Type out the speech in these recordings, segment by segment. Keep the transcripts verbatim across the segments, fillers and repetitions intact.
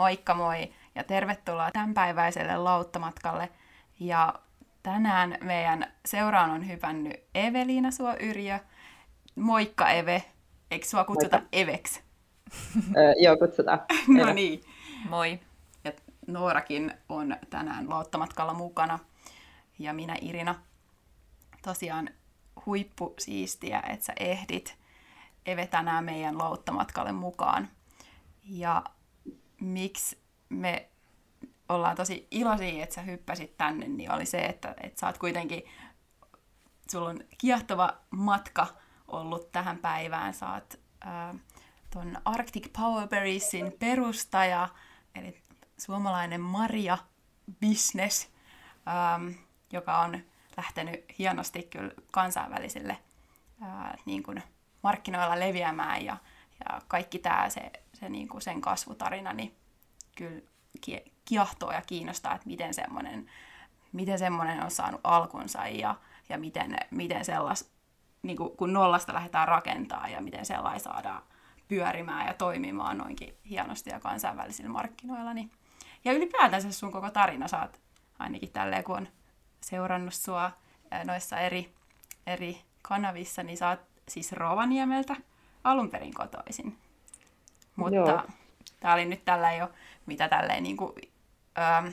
Moikka moi ja tervetuloa tämänpäiväiselle Lauttamatkalle. Ja tänään meidän seuraan on hypännyt Eveliina Suo-Yrjö. Moikka Eve, eikö sua kutsuta Moikka. Eveksi? Öö, joo, kutsutaan. No niin, moi. Ja Noorakin on tänään Lauttamatkalla mukana ja minä Irina. Tosiaan huippusiistiä, että sä ehdit Eve tänään meidän Lauttamatkalle mukaan. Ja miksi me ollaan tosi iloisia, että sä hyppäsit tänne, niin oli se, että, että sä oot kuitenkin, sulla on kiehtova matka ollut tähän päivään. Sä oot äh, ton Arctic Powerberriesin perustaja, eli suomalainen marja-business, ähm, joka on lähtenyt hienosti kyllä kansainvälisille äh, niin kuin markkinoilla leviämään ja, ja kaikki tämä se, se niin kuin sen kasvutarina niin kyllä kiehtoo ja kiinnostaa, että miten semmoinen, miten semmoinen on saanut alkunsa ja, ja miten, miten sellais, niin kuin, kun nollasta lähdetään rakentamaan ja miten sellainen saadaan pyörimään ja toimimaan noinkin hienosti ja kansainvälisillä markkinoilla. Niin. Ja ylipäätänsä sun koko tarina saat ainakin tälleen, kun on seurannut sua noissa eri, eri kanavissa, niin sä oot siis Rovaniemeltä alun perin kotoisin. Mutta Joo. Tää oli nyt tälleen jo, mitä tälleen niin kuin, ähm,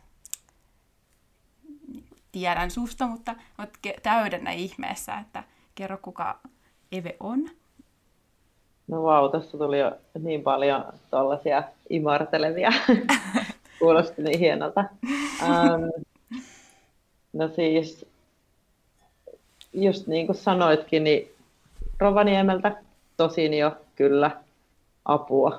tiedän susta, mutta, mutta täydennä ihmeessä, että kerro kuka Eve on. No vau, tässä tuli jo niin paljon tollaisia imartelevia. Kuulosti niin hienolta. Ähm, no siis, just niin kuin sanoitkin, niin Rovaniemeltä tosin jo kyllä apua.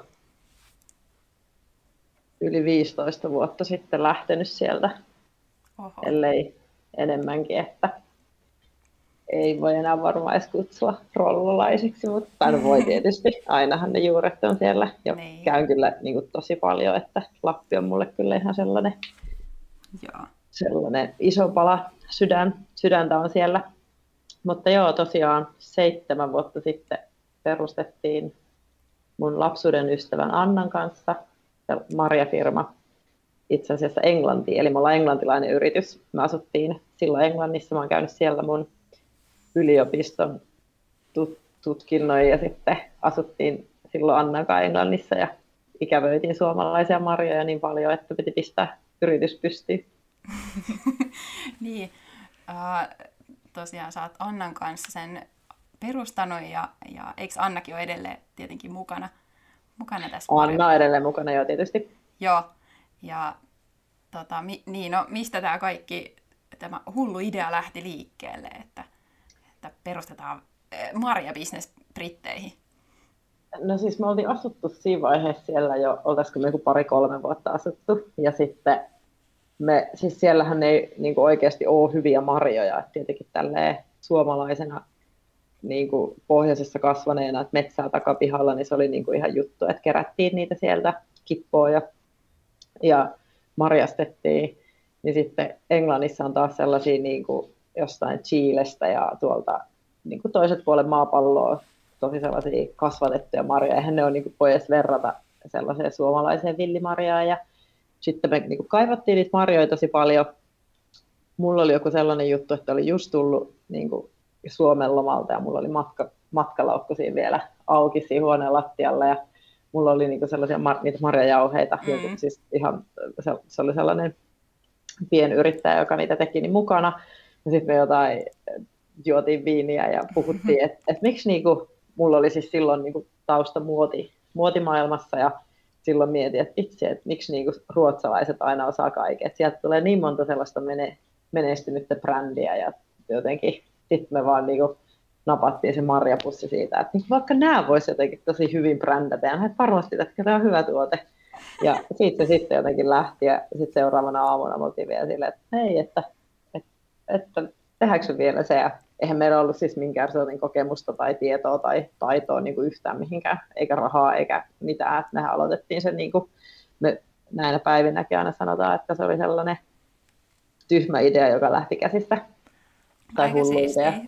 Yli viisitoista vuotta sitten lähtenyt sieltä, Oho. ellei enemmänkin, että ei voi enää varmaan edes kutsua rollolaisiksi, mutta mm. voi tietysti. Ainahan ne juuret on siellä ja niin. Käyn kyllä niin kuin tosi paljon, että Lappi on mulle kyllä ihan sellainen, ja. sellainen iso pala sydän, sydäntä on siellä. Mutta joo, tosiaan seitsemän vuotta sitten perustettiin mun lapsuuden ystävän Annan kanssa marjafirma itse asiassa Englantiin, eli me ollaan englantilainen yritys. Me asuttiin silloin Englannissa, mä oon käynyt siellä mun yliopiston tut- tutkinnoin ja sitten asuttiin silloin Annan kanssa Englannissa ja ikävöitiin suomalaisia marjoja niin paljon, että piti pistää yritys pystyyn. Niin, äh, tosiaan sä oot Annan kanssa sen perustanut ja, ja eikö Annakin ole edelleen tietenkin mukana? Mukana tässä Anna on edelleen mukana, joo, tietysti. Joo, ja tota, mi, niin, no, mistä tämä kaikki, tämä hullu idea lähti liikkeelle, että, että perustetaan marjabisnes Britteihin? No siis me oltiin asuttu siinä vaiheessa siellä jo, oltaisiko me joku pari-kolme vuotta asuttu, ja sitten me, siis siellähän ei niin kuin oikeasti ole hyviä marjoja, että tietenkin tälleen suomalaisena niin kuin pohjoisessa kasvaneena, että metsää takapihalla, niin se oli niin kuin ihan juttu, että kerättiin niitä sieltä kippoa ja, ja marjastettiin. Niin sitten Englannissa on taas sellaisia niin kuin jostain Chilestä ja tuolta niin kuin toiset puolen maapalloa tosi sellaisia kasvatettuja marjoja. Eihän ne ole niin kuin voi edes verrata sellaiseen suomalaiseen villimarjaan. Ja sitten me niin kuin kaivattiin niitä marjoja tosi paljon. Mulla oli joku sellainen juttu, että oli just tullut niin kuin Suomen lomalta ja mulla oli matka, matkalaukku siinä vielä auki siinä huoneen lattialla ja mulla oli niinku sellaisia mar, niitä marjajauheita, mm. joku, siis ihan, se, se oli sellainen pienyrittäjä, joka niitä teki niin mukana ja sitten me jotain juotiin viiniä ja puhuttiin, että et miksi niinku, mulla oli siis silloin niinku tausta muoti, muotimaailmassa ja silloin mietin, että itse, että miksi niinku ruotsalaiset aina osaa kaiken, että sieltä tulee niin monta sellaista mene, menestynyttä brändiä ja jotenkin sitten me vaan niinku napattiin se marjapussi siitä, että niinku vaikka nämä voisi jotenkin tosi hyvin brändätä, ja varmasti, että tämä on hyvä tuote. Ja siitä se sitten jotenkin lähti, ja sitten seuraavana aamuna me oltiin vielä silleen, että hei, että, että, että tehdäänkö vielä se, ja eihän meillä ollut siis minkään sellainen kokemusta tai tietoa tai taitoa niinku yhtään mihinkään, eikä rahaa, eikä mitään, että mehän aloitettiin sen, niinku, me näinä päivinäkin aina sanotaan, että se oli sellainen tyhmä idea, joka lähti käsistä. Tai hullu idea.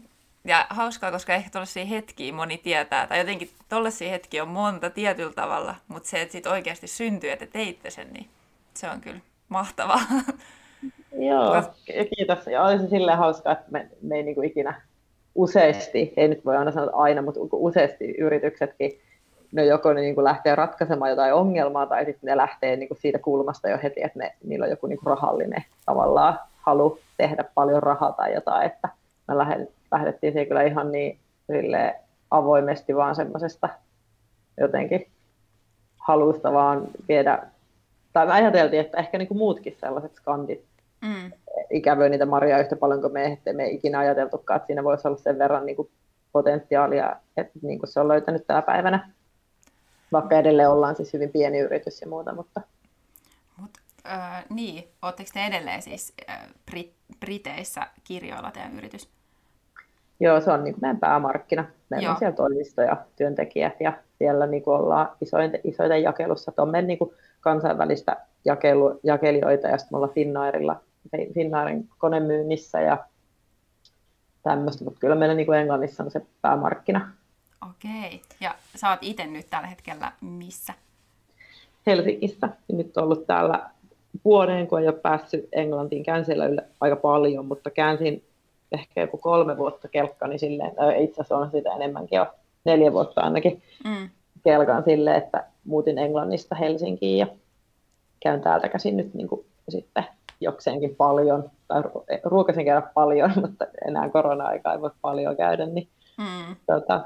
Ja hauskaa, koska ehkä tuollaisia hetkiä moni tietää, tai jotenkin tuollaisia hetkiä on monta tietyllä tavalla, mutta se, että sitten oikeasti syntyy, että teitte sen, niin se on kyllä mahtavaa. Joo, kiitos. Ja oli se silleen hauskaa, että me, me ei niinku ikinä useasti, ei nyt voi aina sanoa aina, mutta useasti yrityksetkin, ne joko ne niinku lähtee ratkaisemaan jotain ongelmaa, tai sitten ne lähtee niinku siitä kulmasta jo heti, että ne, niillä on joku niinku rahallinen tavallaan halu tehdä paljon rahaa tai jotain, että me lähdettiin siihen kyllä ihan niin avoimesti vaan semmoisesta jotenkin halusta vaan viedä, tai me ajateltiin, että ehkä niinku muutkin sellaiset skandit mm. ikävöi niitä marjoja yhtä paljon kuin me, ettei me ikinä ajateltukaan, että siinä voisi olla sen verran niinku potentiaalia, että niinku se on löytänyt tänä päivänä, vaikka edelleen ollaan siis hyvin pieni yritys ja muuta, mutta... Mut, äh, niin, ootteko te edelleen siis äh, Brit- Briteissä kirjoilla teidän yritys? Joo, se on niin kuin meidän päämarkkina. Meillä Joo. on siellä toimisto ja työntekijät ja siellä niin kuin ollaan isoiten, isoiten jakelussa. On meillä niin kuin kansainvälistä jakelu, jakelijoita ja sitten me ollaan Finnairilla, Finnairin konemyynnissä ja tämmöistä, mutta kyllä meillä niin kuin Englannissa on se päämarkkina. Okei, ja sä oot itse nyt tällä hetkellä missä? Helsingissä. Nyt on ollut täällä vuoden, kun ei ole päässyt Englantiin. Käyn siellä aika paljon, mutta käänsin ehkä joku kolme vuotta kelkkani silleen, tai itse asiassa on sitä enemmänkin jo, neljä vuotta ainakin mm. kelkan silleen, että muutin Englannista Helsinkiin ja käyn täältä käsin nyt niin kuin sitten jokseenkin paljon, tai ruukasin käydä paljon, mutta enää korona-aikaa ei voi paljon käydä, niin mm. tuota,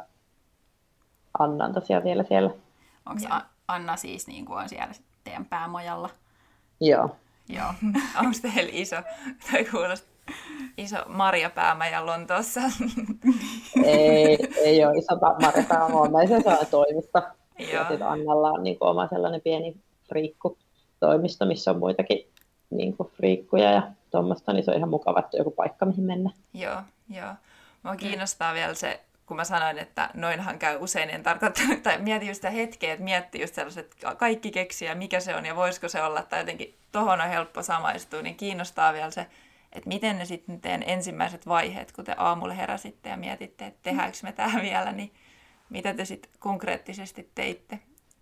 Anna on tosiaan vielä siellä. Onko Anna siis niin kuin on siellä teidän päämajalla? Joo. Joo. Onko teillä iso, tai kuulostaa, iso marjapäämaja Lontoossa? ei, ei ole iso marjapäämaja, on meidän sellainen toimisto. Joo. Ja sitten Annalla on niin kuin oma sellainen pieni friikku-toimisto, missä on muitakin niin kuin friikkuja ja tuommoista, niin se on ihan mukava, että on joku paikka, mihin mennä. Joo, joo. Mua kiinnostaa vielä se, kun mä sanoin, että noinhan käy usein, en tarkoittanut, tai mietin just sitä hetkeä, että miettii just sellaiset, että kaikki keksiä, mikä se on ja voisiko se olla, tai jotenkin tohon on helppo samaistua, niin kiinnostaa vielä se, että miten ne sitten teidän ensimmäiset vaiheet, kun te aamulla heräsitte ja mietitte, että tehdäänkö me tähän vielä, niin mitä te sitten konkreettisesti teitte?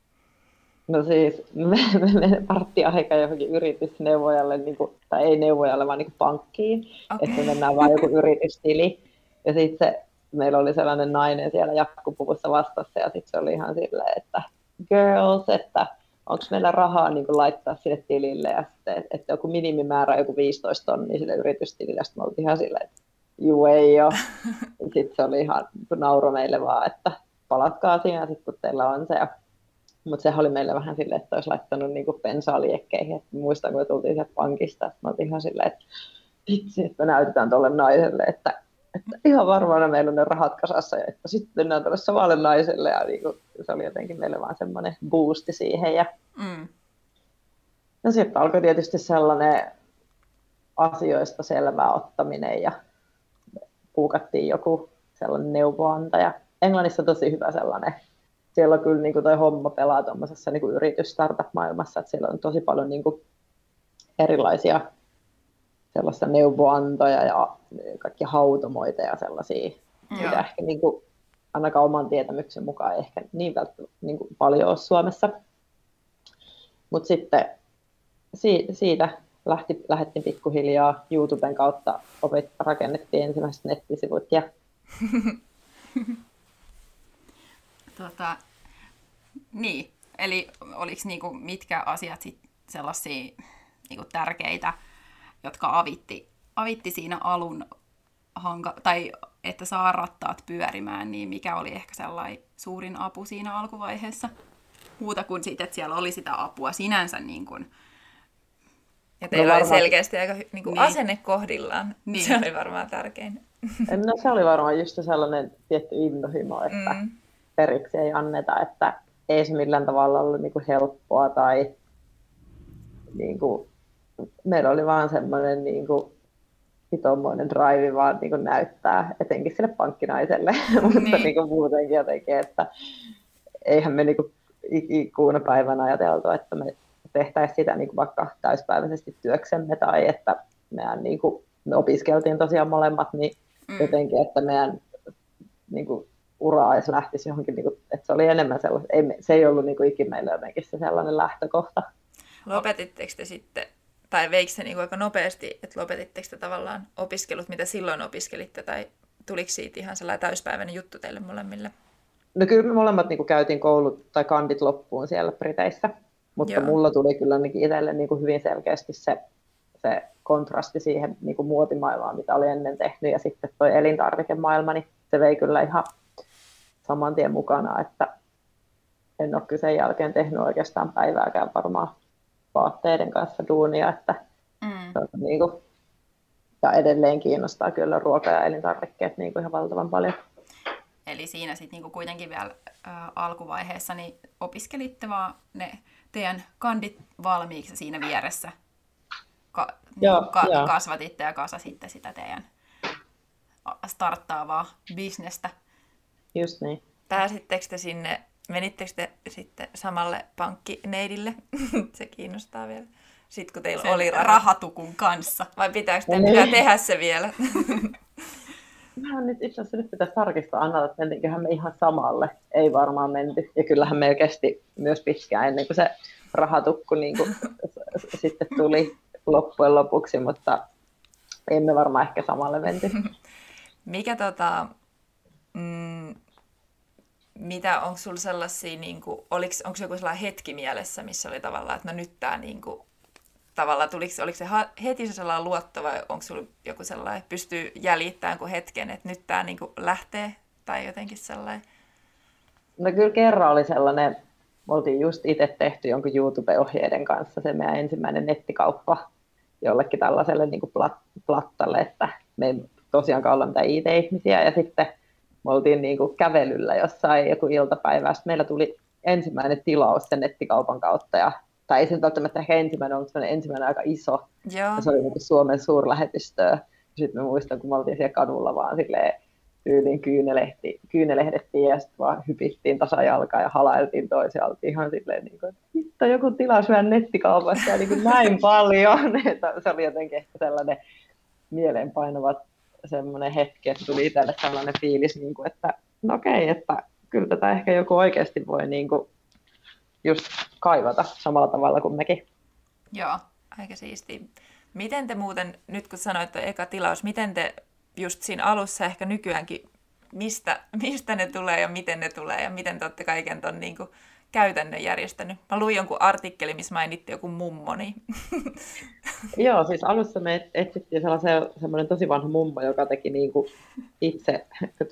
No siis me, me, me parttiin aika johonkin yritysneuvojalle, niin kuin, tai ei neuvojalle, vaan niin kuin pankkiin, okay. Että mennään vaan joku yritystili. Ja sitten se, meillä oli sellainen nainen siellä jakkupuvussa vastassa, ja sitten se oli ihan silleen, että girls, että onko meillä rahaa niin kuin laittaa sinne tilille, ja sitten, että joku minimimäärä joku viisitoista tonnia sille yritystilille, ja sitten me oltiin ihan silleen, että juu ei ole. Sitten se oli ihan nauro meille vaan, että palatkaa siinä, sit, kun teillä on se. Mutta sehän oli meille vähän silleen, että olisi laittanut niinku pensaa liekkeihin. Et muistan, kun me tultiin sieltä pankista, että me oltiin ihan silleen, että vitsi, että me näytetään tuolle naiselle, että, että ihan varmana meillä on ne rahat kasassa, ja että sitten mennään tuolle samalle naiselle. Ja niinku, se oli jotenkin meille vaan semmoinen boosti siihen. Ja, mm. ja sitten alkoi tietysti sellainen asioista selvää ottaminen, ja puukattiin joku sellainen neuvoantaja. Englannissa on tosi hyvä sellainen. Siellä on kyllä niin kuin toi homma pelaa tuommoisessa niin kuin yritys-startup-maailmassa, että siellä on tosi paljon niin kuin erilaisia sellaisia neuvoantoja ja kaikkia hautomoita ja sellaisia, Joo. mitä ehkä niin kuin, ainakaan oman tietämyksen mukaan ei ehkä niin, välttämättä, niin kuin paljon ole Suomessa. Mutta sitten si- siitä lähti, lähdettiin pikkuhiljaa YouTuben kautta, opit, rakennettiin ensimmäiset nettisivut ja Tota, niin, eli oliko niinku mitkä asiat sit sellaisia niinku tärkeitä, jotka avitti, avitti siinä alun, hanka, tai että saa rattaat pyörimään, niin mikä oli ehkä sellainen suurin apu siinä alkuvaiheessa? Muuta kuin siitä, että siellä oli sitä apua sinänsä. Niin kuin, ja teillä no oli selkeästi aika niin kuin niin. asenne kohdillaan. Niin. Se oli varmaan tärkein. No se oli varmaan just sellainen tietty intohimo, että mm. periksi ei anneta, että ei se millään tavalla ollut niin kuin helppoa tai niin kuin, meillä oli vaan semmoinen niin kuin hitomoinen drive vaan niin kuin näyttää, etenkin sille pankkinaiselle, mutta niin. Niin kuin muutenkin jotenkin, että eihän me niin kuin ikuuna päivänä ajateltu, että me tehtäisiin sitä niin kuin vaikka täyspäiväisesti työksemme tai että meidän, niin kuin, me opiskeltiin tosiaan molemmat, niin mm. jotenkin, että meidän niin kuin, ura edes lähtisi johonkin, niin kuin, että se oli enemmän sellaista, ei, se ei ollut niin kuin, ikinä meillä jotenkin se sellainen lähtökohta. Lopetitteko te sitten, tai veikö se niin kuin aika nopeasti, että lopetitteko te tavallaan opiskelut, mitä silloin opiskelitte, tai tuliko siitä ihan sellainen täyspäiväinen juttu teille molemmille? No kyllä me molemmat niin kuin, käytiin koulut tai kandit loppuun siellä Briteissä, mutta Joo. mulla tuli kyllä itselle niin kuin, hyvin selkeästi se, se kontrasti siihen niin kuin muotimaailmaan, mitä oli ennen tehnyt, ja sitten toi elintarvikemaailma, niin se vei kyllä ihan saman tien mukana, että en ole kyllä sen jälkeen tehnyt oikeastaan päivääkään varmaan vaatteiden kanssa duunia, että mm. tuota, niin kuin, ja edelleen kiinnostaa kyllä ruoka- ja elintarvikkeet niin kuin ihan valtavan paljon. Eli siinä sitten niinku kuitenkin vielä ä, alkuvaiheessa niin opiskelitte vaan ne teidän kandit valmiiksi siinä vieressä. Ka- joo, ka- joo. Kasvatitte ja kasasitte sitä teidän starttaavaa bisnestä. Just niin. Pääsittekö te sinne, menittekö te sitten samalle pankkineidille? Se kiinnostaa vielä. Sitten kun teillä sen oli rahat. rahatukun kanssa. Vai pitääkö te pitää tehdä se vielä? Mä nyt itse asiassa nyt pitäisi tarkistaa Annalta, että mentiinköhän me ihan samalle. Ei varmaan menty. Ja kyllähän meillä kesti myös pitkään ennen kuin se rahatukku niin kuin sitten tuli loppujen lopuksi, mutta emme varmaan ehkä samalle menty. Mikä tota, mm, mitä, onko sulla sellaisia, niin kuin, oliko, onko joku sellainen hetki mielessä, missä oli tavallaan, että no nyt tämä niin kuin, tavallaan, tuliko, oliko se heti se sellainen luotto vai onko sulla joku sellainen, että pystyy jäljittämään kuin hetken, että nyt tämä niin kuin lähtee tai jotenkin sellainen? No kyllä kerran oli sellainen, me oltiin just itse tehty jonkun YouTube-ohjeiden kanssa se meidän ensimmäinen nettikauppa jollekin tällaiselle niin kuin plat, plattalle, että me ei tosiaankaan olla mitään I T-ihmisiä ja sitten me oltiin niin kuin kävelyllä jossain joku iltapäivä, sitten meillä tuli ensimmäinen tilaus sen nettikaupan kautta ja tai ei se välttämättä ehkä ensimmäinen, mutta ensimmäinen aika iso. Joo. Ja se oli niin Suomen suurlähetystöä. Sitten mä muistan, kun me oltiin siellä kadulla vaan silleen tyyliin kyynelehti, kyynelehdettiin ja sitten vaan hypittiin tasajalkaa ja halailtiin toisialta ihan silleen, niin kuin, että hitto, joku tilaus meidän nettikaupassa ja niin kuin näin paljon. Se oli jotenkin ehkä sellainen mieleenpainava semmoinen hetki, että tuli itselle sellainen fiilis, niin kuin, että no okei, että kyllä tätä ehkä joku oikeasti voi niin kuin, just kaivata samalla tavalla kuin mekin. Joo, aika siistiä. Miten te muuten, nyt kun sanoitte eka tilaus, miten te just siinä alussa ehkä nykyäänkin, mistä, mistä ne tulee ja miten ne tulee ja miten te olette kaiken ton niin kuin käytännön järjestänyt? Mä luin jonkun artikkeli, missä mainitti joku mummo. Niin... Joo, siis alussa me etsittiin semmoinen tosi vanha mummo, joka teki niin kuin itse...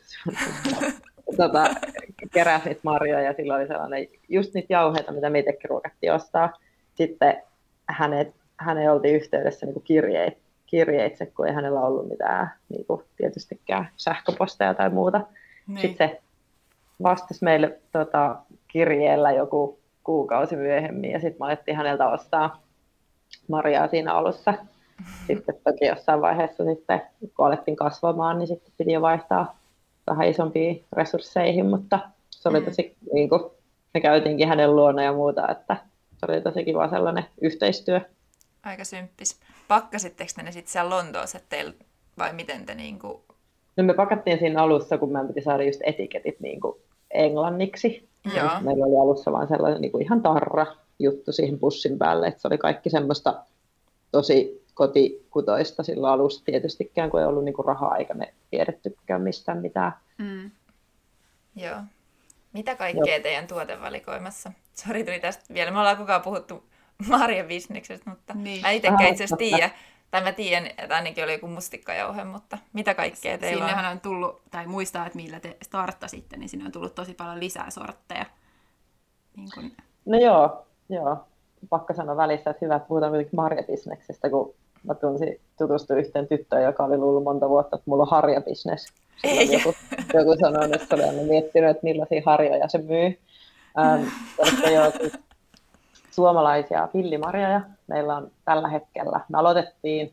Tota, keräsit marjoja ja sillä oli sellainen, just niitä jauheita, mitä me itsekin ruokattiin ostaa. Sitten hänet, hänen oltiin yhteydessä niin kuin kirjeet, kirjeitse, kun ei hänellä ollut mitään niin kuin tietystikään sähköposteja tai muuta. Niin. Sitten se vastasi meille tota, kirjeellä joku kuukausi myöhemmin ja sitten me alettiin häneltä ostaa marjaa siinä alussa. Sitten toki jossain vaiheessa, sitten, kun alettiin kasvamaan, niin sitten piti jo vaihtaa vähän isompiin resursseihin, mutta se oli tosi, mm. niin kuin, me käytiinkin hänen luona ja muuta, että se oli tosi kiva sellainen yhteistyö. Aika symppis. Pakkasitteko te ne sitten siellä Lontoossa teillä, vai miten te niin kuin... No me pakattiin siinä alussa, kun meidän piti saada just etiketit niin kuin englanniksi. Joo. Meillä oli alussa vaan sellainen niin kuin ihan tarra juttu siihen pussin päälle, että se oli kaikki semmoista tosi kotikutoista silloin alussa tietystikään, kun ei ollut niinku rahaa eikä me tiedettykään mistään mitään. Mm. Joo. Mitä kaikkea Joo. teidän tuotevalikoimassa? Sori, tuli tästä vielä. Me ollaan kukaan puhuttu marjabisneksestä, mutta niin. Mä itsekään itse asiassa tiedä. Tai mä tiedän, että ainakin oli joku mustikkajauhe, mutta mitä kaikkea teillä Sinnehän on? on tullut, tai muistaa, että millä te starttasitte, niin sinne on tullut tosi paljon lisää sortteja. Niin kun... No joo, joo. Pakko sanoa välissä, että hyvä, että puhutaan kuitenkin marjabisneksestä, kun mä tunsin, tutustuin yhteen tyttöön, joka oli luullut monta vuotta, että mulla on harjabisnes. Joku, joku sanoi, että se oli aina miettinyt, että millaisia harjoja se myy. Ähm, joo, siis suomalaisia villimarjoja. Meillä on tällä hetkellä, me aloitettiin,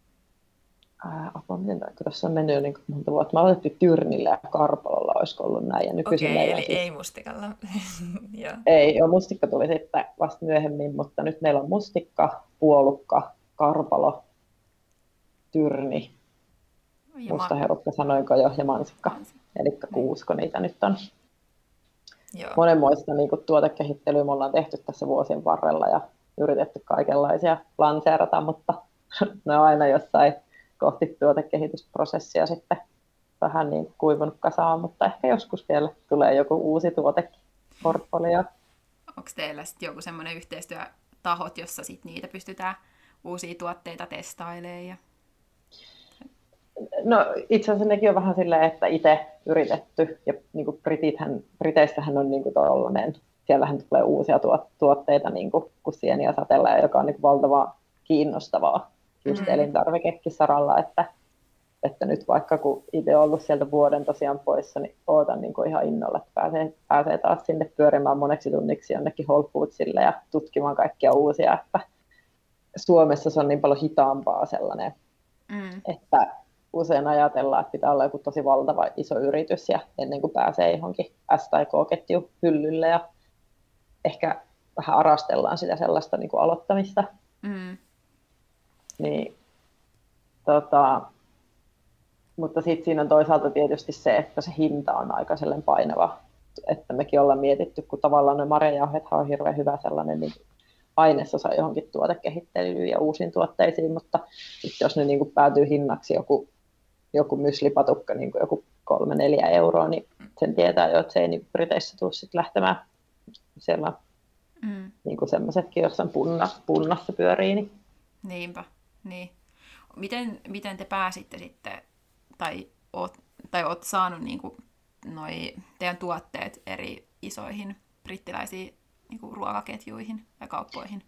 ää, apua, miten toi, kun tässä on mennyt jo niin monta vuotta, me aloitettiin Tyrnillä ja Karpalolla, olisiko ollut näin. Ja Okei, okay, eli siis... ei mustikalla. Ei, jo, mustikka tuli sitten vasta myöhemmin, mutta nyt meillä on mustikka, puolukka, Karpalo, Tyrni, musta herukka sanoinko jo, ja mansikka. eli kuusko niitä nyt on. Joo. Monenmoista niin kuin tuotekehittelyä me ollaan tehty tässä vuosien varrella ja yritetty kaikenlaisia lanseerata, mutta ne on aina jossain kohti tuotekehitysprosessia sitten vähän niin kuivunut kasaan, mutta ehkä joskus vielä tulee joku uusi tuoteportfolio. Onko teillä sitten joku semmoinen yhteistyötahot, jossa sit niitä pystytään uusia tuotteita testailemaan? Ja... No itse asiassa nekin on vähän silleen, että itse yritetty, ja niin kuin Britithän, Briteissähän on niin kuin tollainen, siellähän tulee uusia tuotteita niin kuin, kuin sieniä satellaan, joka on niin kuin valtavaa kiinnostavaa just mm-hmm. elintarvikekisaralla, että, että nyt vaikka kun itse on ollut sieltä vuoden tosiaan poissa, niin ootan niin kuin ihan innolla, että pääsee, pääsee taas sinne pyörimään moneksi tunniksi jonnekin Whole Foodsille ja tutkimaan kaikkia uusia, että Suomessa se on niin paljon hitaampaa sellainen, mm. että usein ajatellaan, että pitää olla joku tosi valtava iso yritys ja ennen kuin pääsee johonkin S- tai K-ketju hyllylle ja ehkä vähän arastellaan sitä sellaista niin kuin aloittamista. Mm. Niin, tota, mutta sitten siinä on toisaalta tietysti se, että se hinta on aika sellainen painava, että mekin ollaan mietitty, kun tavallaan ne marjajauhethan on hirveän hyvä sellainen niin ainesosa johonkin tuotekehittelyyn ja uusiin tuotteisiin, mutta sitten jos ne niin kuin päätyy hinnaksi joku, joku myslipatukka, niin kuin joku kolme neljä euroa, niin sen tietää jo, että se ei niin Briteissä tule sitten lähtemään siellä mm. niin kuin semmoisetkin jossain punna, punnassa pyörii. Niin. Niinpä, niin. Miten, miten te pääsitte sitten, tai oot, tai oot saanut niin kuin noi teidän tuotteet eri isoihin brittiläisiin niin kuin ruokaketjuihin tai kauppoihin?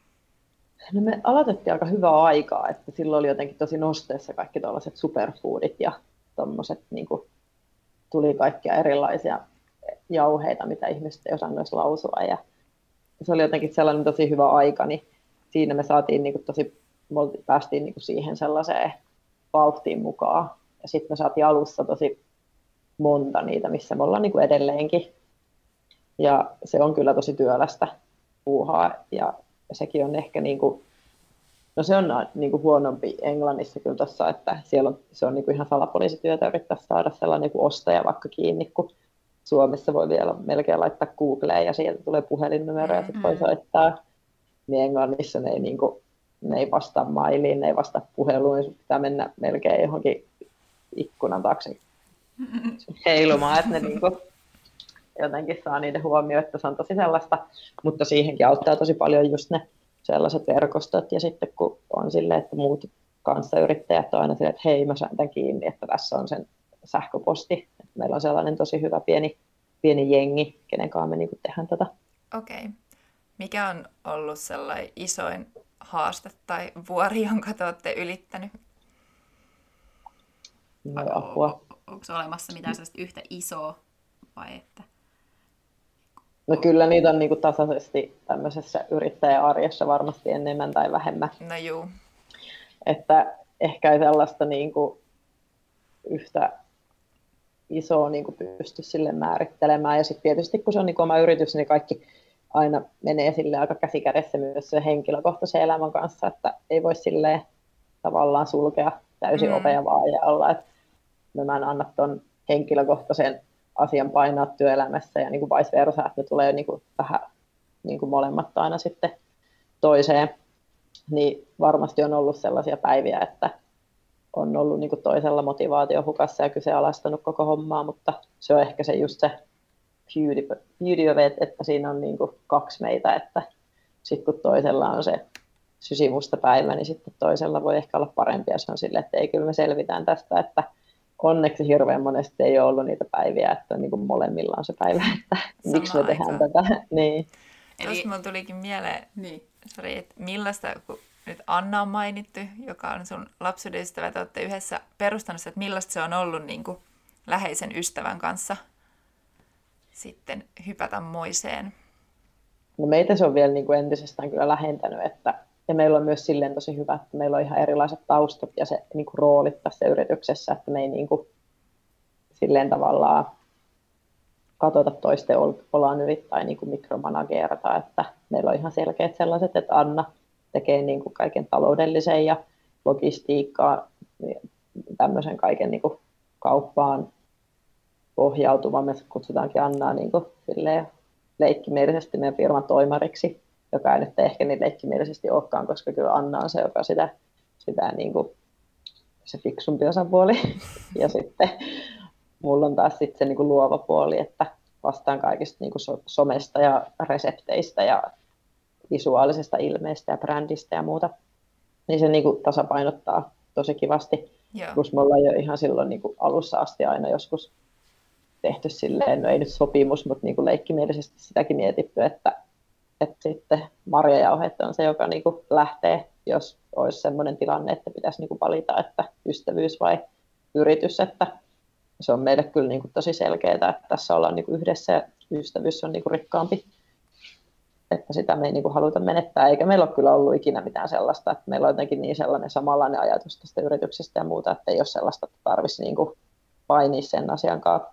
No me aloitettiin aika hyvää aikaa, että silloin oli jotenkin tosi nosteessa kaikki tällaiset superfoodit ja tommoset, niin kuin, tuli kaikkia erilaisia jauheita, mitä ihmiset ei osannut edes lausua. Ja se oli jotenkin sellainen tosi hyvä aika, niin siinä me saatiin niin kuin tosi, me päästiin niin kuin siihen sellaiseen vauhtiin mukaan. Ja sitten me saatiin alussa tosi monta niitä, missä me ollaan niin kuin edelleenkin. Ja se on kyllä tosi työlästä puuhaa ja sekin on ehkä niin kuin, no se on niin kuin huonompi Englannissa kyllä tuossa, että siellä on, se on niin kuin ihan salapoliisityötä yrittää saada sellainen niin kuin ostaja vaikka kiinni, kun Suomessa voi vielä melkein laittaa Googleen ja sieltä tulee puhelinnumero ja sitten voi soittaa. Niin Englannissa ne ei, niin kuin, ne ei vastaa mailiin, ne ei vastaa puheluun, niin pitää mennä melkein johonkin ikkunan taakse heilumaan, että ne niin kuin, jotenkin saa niiden huomioon, että se on tosi sellaista, mutta siihenkin auttaa tosi paljon just ne sellaiset verkostot ja sitten kun on silleen, että muut kanssayrittäjät on aina silleen, että hei mä saan tämän kiinni, että tässä on sen sähköposti. Että meillä on sellainen tosi hyvä pieni, pieni jengi, kenen kanssa me niin kuin tehdään tätä. Okei. Okay. Mikä on ollut sellainen isoin haaste tai vuori, jonka te olette ylittänyt? No, apua. Onko olemassa mitään sellaista yhtä isoa vai että? No kyllä niitä on niinku tasaisesti tämmöisessä yrittäjäarjessa varmasti enemmän tai vähemmän. No juu. Että ehkä ei sellaista niinku yhtä isoa niinku pysty sille määrittelemään. Ja sitten tietysti kun se on niinku oma yritys, niin kaikki aina menee sille aika käsikädessä myös sen henkilökohtaisen elämän kanssa, että ei voi silleen tavallaan sulkea täysin mm. ovea vaan ja olla, että no mä en anna ton henkilökohtaisen asian painaa työelämässä ja niin kuin vice versa, että ne tulee niin kuin vähän niin kuin molemmat aina sitten toiseen. Niin varmasti on ollut sellaisia päiviä, että on ollut niin kuin toisella motivaatiohukassa ja kyseenalaistanut koko hommaa, mutta se on ehkä se just se beauty, beauty of it, että siinä on niin kuin kaksi meitä, että sitten kun toisella on se sysimusta päivä, niin sitten toisella voi ehkä olla parempi ja se on silleen, että ei kyllä me selvitään tästä, että onneksi hirveän monesti ei ole ollut niitä päiviä, että niin kuin molemmilla on se päivä, että miksi me tehdään tätä. Niin. Tuosta minulle tulikin mieleen, niin. Sorry, että millaista, kun nyt Anna on mainittu, joka on sun lapsuuden ystävä, että olette yhdessä perustanut, että millaista se on ollut niin kuin läheisen ystävän kanssa sitten hypätä moiseen? No meitä se on vielä niin kuin entisestään kyllä lähentänyt, että ja meillä on myös silleen tosi hyvä, että meillä on ihan erilaiset taustat ja se niin kuin roolit tässä yrityksessä, että me ei niin kuin, silleen tavallaan katsota toisten ollaan yli tai niin kuin mikromanagerata, että meillä on ihan selkeät sellaiset, että Anna tekee niin kuin kaiken taloudellisen ja logistiikkaa, tämmöisen kaiken niin kuin kauppaan pohjautuva. Me kutsutaankin Annaa niin kuin silleen leikkimielisesti meidän firman toimariksi, joka ei nyt ehkä niin leikkimielisesti olekaan, koska kyllä Anna on se, joka sitä, sitä niin kuin, se fiksumpi osapuoli. Ja sitten mulla on taas sitten se niin kuin luova puoli, että vastaan kaikista niin kuin so- somesta ja resepteistä ja visuaalisesta ilmeestä ja brändistä ja muuta. Niin se niin kuin tasapainottaa tosi kivasti. Joo. Plus me ollaan jo ihan silloin niin kuin alussa asti aina joskus tehty silleen, no ei nyt sopimus, mutta niin kuin leikkimielisesti sitäkin mietitty, että, että sitten marjajauheet on se, joka niin kuin lähtee, jos olisi sellainen tilanne, että pitäisi niin kuin valita, että ystävyys vai yritys, että se on meille kyllä niin kuin tosi selkeää, että tässä ollaan niin kuin yhdessä ja ystävyys on niin kuin rikkaampi, että sitä me ei niin kuin haluta menettää, eikä meillä ole kyllä ollut ikinä mitään sellaista, että meillä on jotenkin niin sellainen samanlainen ajatus tästä yrityksestä ja muuta, että ei ole sellaista, että tarvitsisi niin kuin painia sen asian kanssa.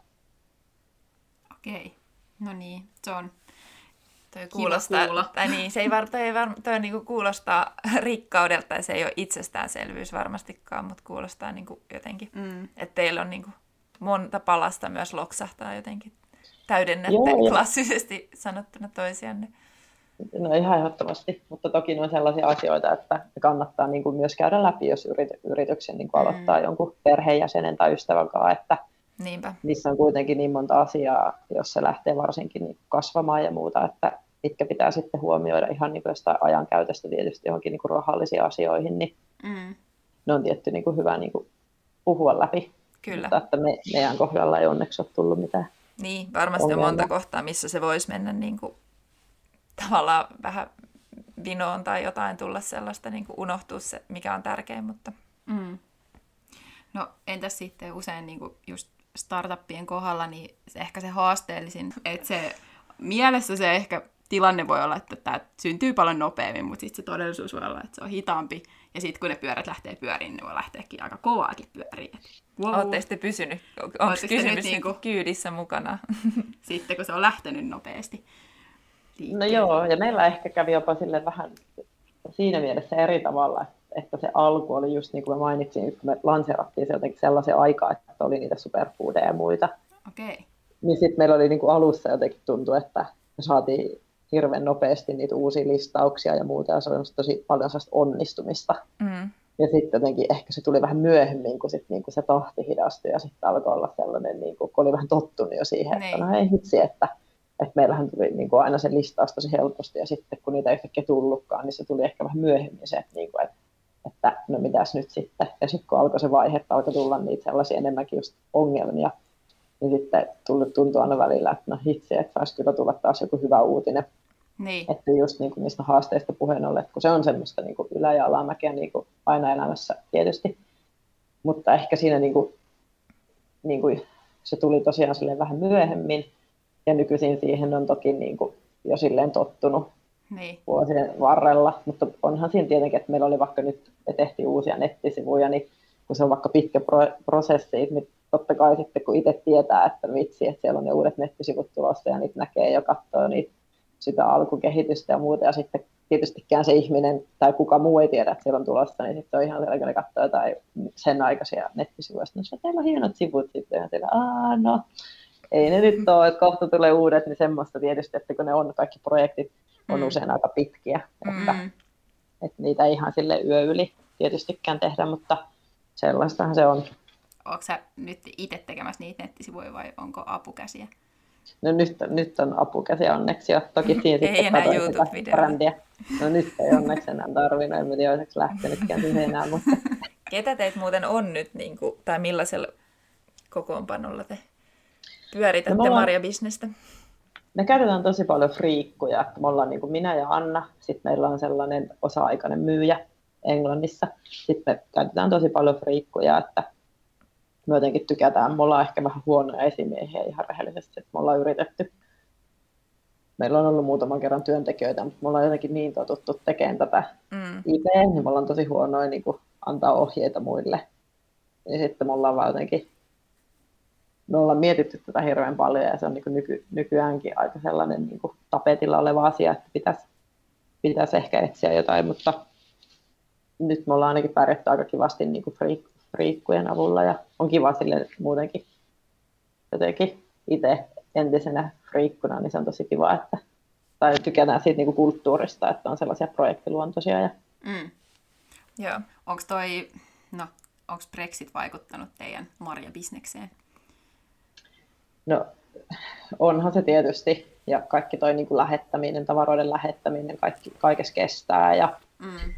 Okei, no niin, se on toi Kuulostaa, kuulla. tai niin, se ei, var, toi ei var, toi niinku kuulostaa rikkaudelta ja se ei ole itsestäänselvyys varmastikaan, mutta kuulostaa niinku jotenkin, mm. että teillä on niinku monta palasta myös loksahtaa jotenkin. Täydennätte Joo, klassisesti sanottuna toisianne. No ihan ehdottomasti, mutta toki ne on sellaisia asioita, että kannattaa niin kuin myös käydä läpi, jos yrityksen niin kuin mm. aloittaa jonkun perheenjäsenen tai ystävän kanssa, että Niinpä. Niissä on kuitenkin niin monta asiaa, jos se lähtee varsinkin niin kasvamaan ja muuta, että mitkä pitää sitten huomioida ihan niin jostain ajankäytöstä tietysti johonkin niin rahallisiin asioihin, niin mm. ne on tietty niin kuin hyvä niin kuin puhua läpi. Kyllä. Mutta että me, meidän kohdalla ei onneksi ole tullut mitään. Niin, varmasti ongelma. On monta kohtaa, missä se voisi mennä niin kuin, tavallaan vähän vinoon tai jotain tulla sellaista, niin kuin unohtua se, mikä on tärkein. Mutta... Mm. No entäs sitten usein niin kuin just startuppien kohdalla, niin se ehkä se haasteellisin, että se mielessä se ehkä tilanne voi olla, että tämä syntyy paljon nopeammin, mutta sitten se todellisuus voi olla, että se on hitaampi. Ja sitten kun ne pyörät lähtee pyöriin, niin ne voi lähteäkin aika kovaakin pyöriin. Wow. Oletteko te pysynyt? Onko kysymys niinku kyydissä mukana? Sitten kun se on lähtenyt nopeasti liikkeelle. No joo, ja meillä ehkä kävi jopa sille vähän siinä mielessä eri tavalla, että se alku oli just niin kuin mä mainitsin, kun me lanseerattiin se jotenkin sellaisen aikaa, että oli niitä superfoodeja ja muita. Okei. Okay. Niin sitten meillä oli niin kuin alussa jotenkin tuntui, että me saatiin hirveän nopeasti niitä uusia listauksia ja muuta, ja se oli tosi paljon sellaista onnistumista. Mm. Ja sitten jotenkin ehkä se tuli vähän myöhemmin, kun, sit, niin kun se tahti hidastui, ja sitten alkoi olla sellainen, niin kun, kun oli vähän tottunut jo siihen, että no ei hitsi, että, että meillähän tuli niin kuin aina se listaus tosi helposti, ja sitten kun niitä ei yhtäkkiä tullutkaan, niin se tuli ehkä vähän myöhemmin se, että, niin kuin, että, että no mitäs nyt sitten. Ja sitten kun alkoi se vaihe, että alkoi tulla niitä sellaisia enemmänkin just ongelmia, niin sitten tuntui aina välillä, että no hitsi, että saisi kyllä tulla taas joku hyvä uutinen. Niin. Että just niin kuin niistä haasteista puheen ollen, kun se on semmoista niin kuin ylä- ja alamäkeä niin kuin aina elämässä tietysti. Mutta ehkä siinä niin kuin, niin kuin se tuli tosiaan silleen vähän myöhemmin. Ja nykyisin siihen on toki niin kuin jo silleen tottunut niin. vuosien varrella. Mutta onhan siinä tietenkin, että meillä oli vaikka nyt, me tehtiin uusia nettisivuja, niin kun se on vaikka pitkä pro- prosessi, niin totta kai sitten kun itse tietää, että vitsi, että siellä on ne uudet nettisivut tulossa ja niitä näkee ja katsoo niitä, sitä alkukehitystä ja muuta, ja sitten tietystikään se ihminen tai kuka muu ei tiedä, että siellä on tulossa, niin sitten on ihan siellä, kun ne katsoo jotain sen aikaisia nettisivuja, no se teillä on hienot sivut sitten, ja teillä, aah no, ei ne nyt ole, että kohta tulee uudet, niin semmoista tietysti, että kun ne on, kaikki projektit on mm. usein aika pitkiä, että, mm. että niitä ei ihan sille yö yli tietystikään tehdä, mutta sellaistahan se on. Oletko sä nyt itse tekemässä niitä nettisivuja vai onko apukäsiä? No nyt, nyt on apukäsiä onneksi jo. Toki siinä ei enää YouTube-videoita. No nyt ei onneksi enää tarvinnut. En tiedä, olisiko lähtenytkään siihen enää. Mutta... Ketä teitä muuten on nyt, niin kuin, tai millaisella kokoonpanolla te pyöritätte no ollaan... marjabisnestä? Me käytetään tosi paljon friikkuja. Me ollaan niin kuin minä ja Anna. Sitten meillä on sellainen osa-aikainen myyjä Englannissa. Sitten me käytetään tosi paljon friikkuja, että me jotenkin tykätään. Me ollaan ehkä vähän huonoja esimiehiä ihan rehellisesti, että me ollaan yritetty. Meillä on ollut muutaman kerran työntekijöitä, mutta me ollaan jotenkin niin totuttu tekemään tätä mm. itse, niin me ollaan tosi huonoja niin kuin antaa ohjeita muille. Ja sitten me ollaan vaan jotenkin, me ollaan mietitty tätä hirveän paljon, ja se on niin kuin nyky, nykyäänkin aika sellainen niin kuin tapetilla oleva asia, että pitäisi, pitäisi ehkä etsiä jotain, mutta nyt me ollaan ainakin pärjätty aika kivasti niin kuin friikkujen avulla, ja on kiva sille muutenkin jotenkin itse entisenä friikkuna, niin se on tosi kiva, että tai tykätään siitä niinku kulttuurista, että on sellaisia projektiluontoisia. Ja... Mm. Joo. Onko toi, no, onko Brexit vaikuttanut teidän marjabisnekseen? No, onhan se tietysti. Ja kaikki toi niinku lähettäminen, tavaroiden lähettäminen, kaikki, kaikessa kestää. Ja Mm.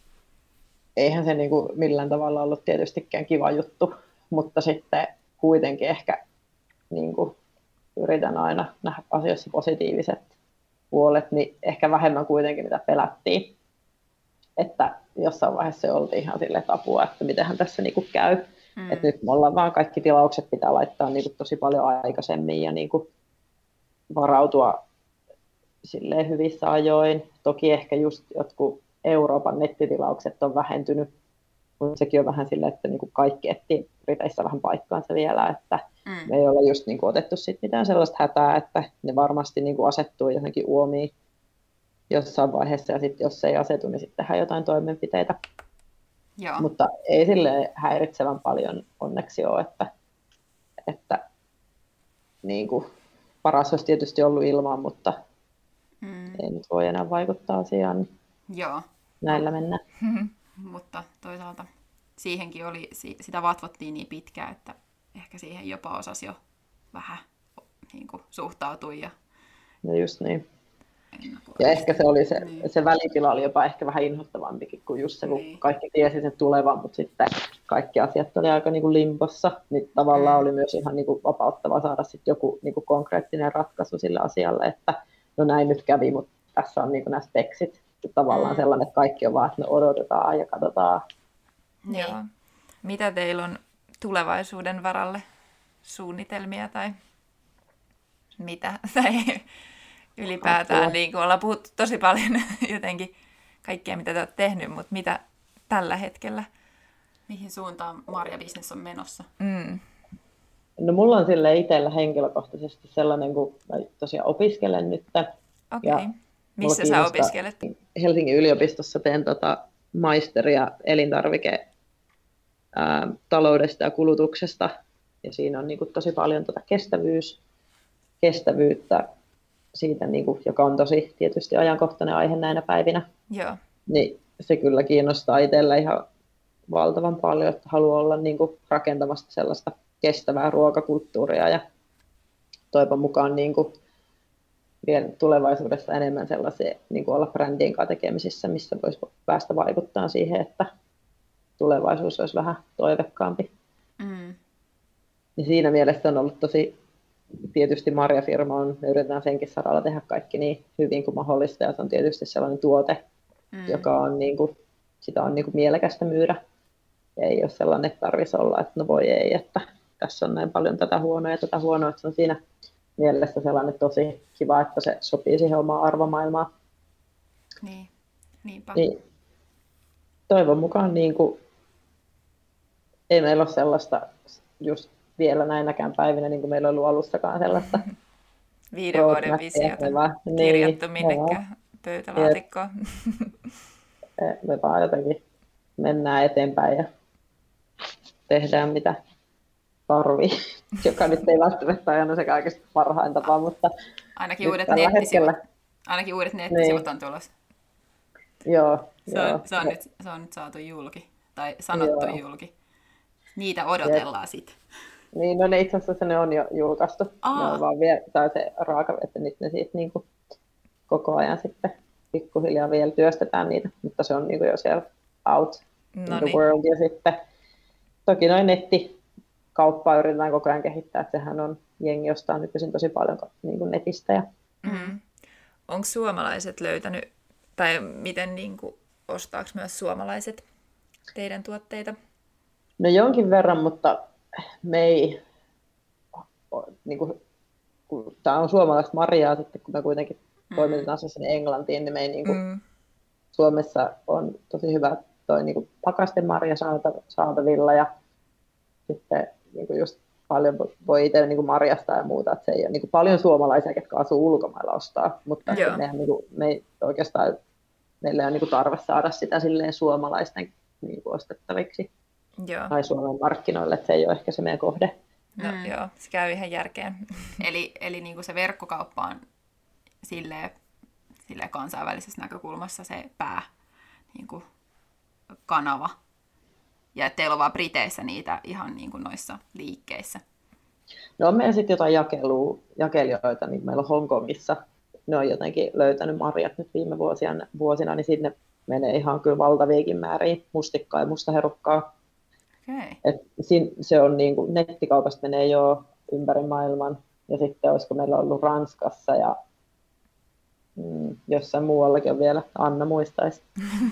eihän se niinku millään tavalla ollut tietystikään kiva juttu, mutta sitten kuitenkin ehkä niinku yritän aina nähdä asioissa positiiviset puolet, niin ehkä vähemmän kuitenkin mitä pelättiin. Että jossain vaiheessa se oltiin ihan silleen apua, että mitenhän tässä niinku käy. Mm. Et nyt me ollaan vaan kaikki tilaukset pitää laittaa niinku tosi paljon aikaisemmin ja niinku varautua silleen hyvissä ajoin. Toki ehkä just jotkut Euroopan nettitilaukset on vähentynyt, mutta sekin on vähän silleen, että niinku kaikki etsii Briteissä vähän paikkaansa vielä, että Mm. me ei ole just niinku otettu sit mitään sellaista hätää, että ne varmasti niinku asettuu johonkin uomiin jossain vaiheessa ja sitten jos se ei asetu, niin sitten tehdään jotain toimenpiteitä. Joo. Mutta ei sille häiritsevän paljon onneksi ole, että, että niin kuin, paras olisi tietysti ollut ilman, mutta Mm. ei nyt voi enää vaikuttaa asiaan, niin Joo. näillä mennään. Mutta toisaalta siihenkin oli, si- sitä vatvottiin niin pitkään, että ehkä siihen jopa osasi jo vähän niin kuin, suhtautua ja Ja just niin. ennakoida. Ja ehkä se, oli se, Niin. se välitila oli jopa ehkä vähän inhottavampikin kuin just se, kun Niin. kaikki tiesi sen tulevan, mutta sitten kaikki asiat oli aika niin kuin limpossa, niin tavallaan Mm. oli myös ihan niin kuin vapauttava saada sitten joku niin kuin konkreettinen ratkaisu sille asialle, että no näin nyt kävi, mutta tässä on niin kuin nämä speksit. Tavallaan Mm. sellainen, että kaikki on vaan, että me odotetaan ja katsotaan. Niin. Joo. Mitä teillä on tulevaisuuden varalle suunnitelmia tai mitä? Tai ylipäätään, Apua. niin kuin ollaan puhuttu tosi paljon jotenkin kaikkea, mitä te olette tehnyt, mutta mitä tällä hetkellä? Mihin suuntaan marjabisnes on menossa? Mm. No mulla on sille itsellä henkilökohtaisesti sellainen, kun mä tosiaan opiskelen nyt. Okei. Ja Okay. Missä mulla sä kiinnostaa- opiskelet? Helsingin yliopistossa teen tota maisteria elintarvike ää, taloudesta ja kulutuksesta. Ja siinä on niinku tosi paljon tota kestävyys, kestävyyttä, siitä, niinku, joka on tosi tietysti ajankohtainen aihe näinä päivinä. Joo. Niin se kyllä kiinnostaa itsellä ihan valtavan paljon, että haluaa olla niinku rakentamassa sellaista kestävää ruokakulttuuria ja toivon mukaan niinku vielä tulevaisuudessa enemmän sellaisia niinku olla brändien kanssa tekemisissä, missä voisi päästä vaikuttaa siihen, että tulevaisuus olisi vähän toivekkaampi. Mm. Niin siinä mielessä on ollut tosi, tietysti marjafirma on, me yritetään senkin saralla tehdä kaikki niin hyvin kuin mahdollista, ja se on tietysti sellainen tuote, Mm. joka on niin kuin, sitä on niin kuin mielekästä myydä. Ja ei ole sellainen, että tarvitsisi olla, että no voi ei, että tässä on näin paljon tätä huonoa ja tätä huonoa, että se on siinä mielessä sellainen tosi kiva, että se sopii siihen omaan arvomaailmaan. Niin. Niinpä. Niin, toivon mukaan niin kuin, ei meillä ole sellaista just vielä näinäkään päivinä, niin kuin meillä on ollut alussakaan sellaista. Viiden vuoden roadmapia, visiota me vaan- niin, kirjattu me minnekään pöytälaatikkoon. vaan- Me vaan jotenkin mennään eteenpäin ja tehdään mitä tarvii, joka nyt ei välttämättä ole aina se kaikista parhain tapa, mutta Ainakin nyt uudet tällä nettisivut. hetkellä, Ainakin uudet nettisivut Niin. on tulossa. joo, Se joo. on, se, on nyt, se on nyt saatu julki. Tai sanottu Joo. julki. Niitä odotellaan sitten. Niin, no ne itse asiassa ne on jo julkaistu. Aa. Ne on vaan vielä, tai se raaka, että nyt ne siitä niin kuin koko ajan sitten pikkuhiljaa vielä työstetään niitä, mutta se on niin kuin jo siellä out in No the niin. world. Ja sitten toki noin nettikauppaa yritetään koko ajan kehittää, että sehän on, jengi ostaa nykyisin tosi paljon niin kuin netistä. Ja Mm. Onko suomalaiset löytänyt, tai miten niin kuin, ostaako myös suomalaiset teidän tuotteita? no jonkin verran, mutta me ei, niin kuin, kun tämä on suomalaista marjaa, sitten kun me kuitenkin Mm. toimitetaan se sinne Englantiin, niin me ei niin kuin, Mm. Suomessa on tosi hyvä toi niin kuin pakastemarja saata- saatavilla ja sitten niin kuin just paljon vo- voi itse niin kuin marjastaa ja muuta, että se ei ole niin kuin paljon suomalaisia, ketkä asuu ulkomailla ostaa, mutta Joo. mehän, niin kuin, me ei oikeastaan, meillä ei ole niin kuin tarve saada sitä silleen suomalaisten niin kuin ostettaviksi Joo. tai Suomen markkinoille, että se ei ole ehkä se meidän kohde, No mm. joo, se käy ihan järkeen. Eli, eli niin kuin se verkkokauppa on silleen, silleen kansainvälisessä näkökulmassa se pää niin kuin kanava. Ja että teillä on vaan Briteissä niitä ihan niin kuin noissa liikkeissä. No on meillä sitten jotain jakelua, jakelijoita, niin meillä on Hongkongissa. Ne on jotenkin löytänyt marjat nyt viime vuosina, vuosina niin sinne menee ihan kyllä valtaviakin määriä mustikkaa ja mustaherukkaa. Okay. Et sin, se on niin kuin, nettikaupasta menee jo ympäri maailman. Ja sitten olisiko meillä ollut Ranskassa ja mm, jossain muuallakin on vielä. Anna muistaisi.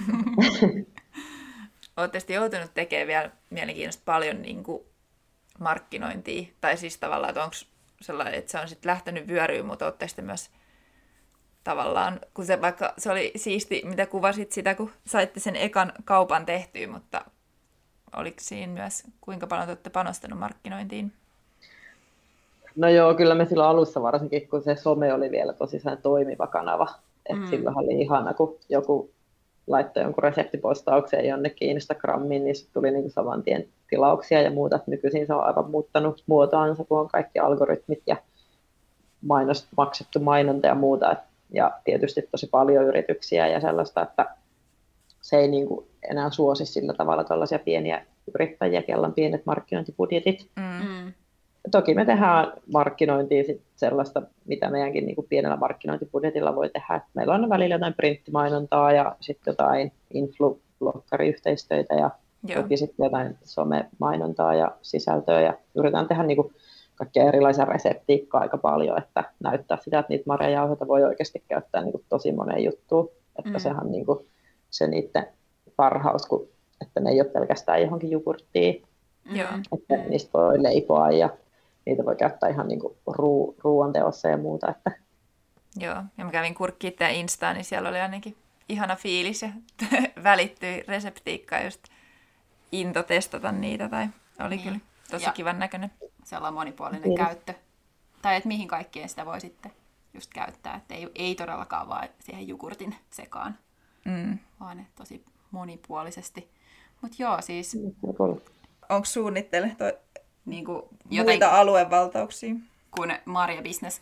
Olette sitten joutunut tekemään vielä mielenkiintoista paljon niin kuin markkinointia. Tai siis tavallaan, että onko sellainen, että se on sitten lähtenyt vyöryyn, mutta olette sitten myös tavallaan, kun se vaikka se oli siisti, mitä kuvasit sitä, kun saitte sen ekan kaupan tehtyä, mutta oliko siinä myös, kuinka paljon te olette panostanut markkinointiin? No joo, kyllä me silloin alussa varsinkin, kun se some oli vielä tosi toimiva kanava. Että mm. silloin oli ihana, kun joku laittoi jonkun reseptipostaukseen jonnekin Instagramiin, niin tuli niin kuin saman tien tilauksia ja muuta. Nykyisin se on aivan muuttanut muotoansa, kun on kaikki algoritmit ja mainos, maksettu mainonta ja muuta. Ja tietysti tosi paljon yrityksiä ja sellaista, että se ei niin kuin enää suosi sillä tavalla tällaisia pieniä yrittäjiä, kellä on pienet markkinointibudjetit. Mm. Toki me tehdään markkinointia sit sellaista, mitä meidänkin niin kuin pienellä markkinointibudjetilla voi tehdä. Et meillä on välillä jotain printtimainontaa ja sitten jotain influbloggariyhteistyötä ja Joo. toki sitten jotain somemainontaa ja sisältöä. Ja yritetään tehdä niin kuin kaikkia erilaisia reseptiikkaa aika paljon, että näyttää sitä, että niitä marjajauhoita voi oikeasti käyttää niin kuin tosi moneen juttuun. Että mm. sehän on niin kuin se niiden parhaus, kun, että ne ei ole pelkästään johonkin jogurttiin. Mm. Että mm. niistä voi leipoa ja niitä voi käyttää ihan niin kuin ruu, ruoanteossa ja muuta. Että... Joo, ja mä kävin kurkkiin tämän Instaan, niin siellä oli ainakin ihana fiilis ja välittyi reseptiikkaa just into testata niitä, tai oli niin. Kyllä tosi ja kivan näköinen. Sellainen monipuolinen niin. käyttö. Tai että mihin kaikkeen sitä voi sitten just käyttää, että ei, ei todellakaan vaan siihen jogurtin sekaan, mm. vaan tosi monipuolisesti. Mutta joo, siis... Onko suunnittele toi, niin kuin joten, muita aluevaltauksia? Kuin Marja Business?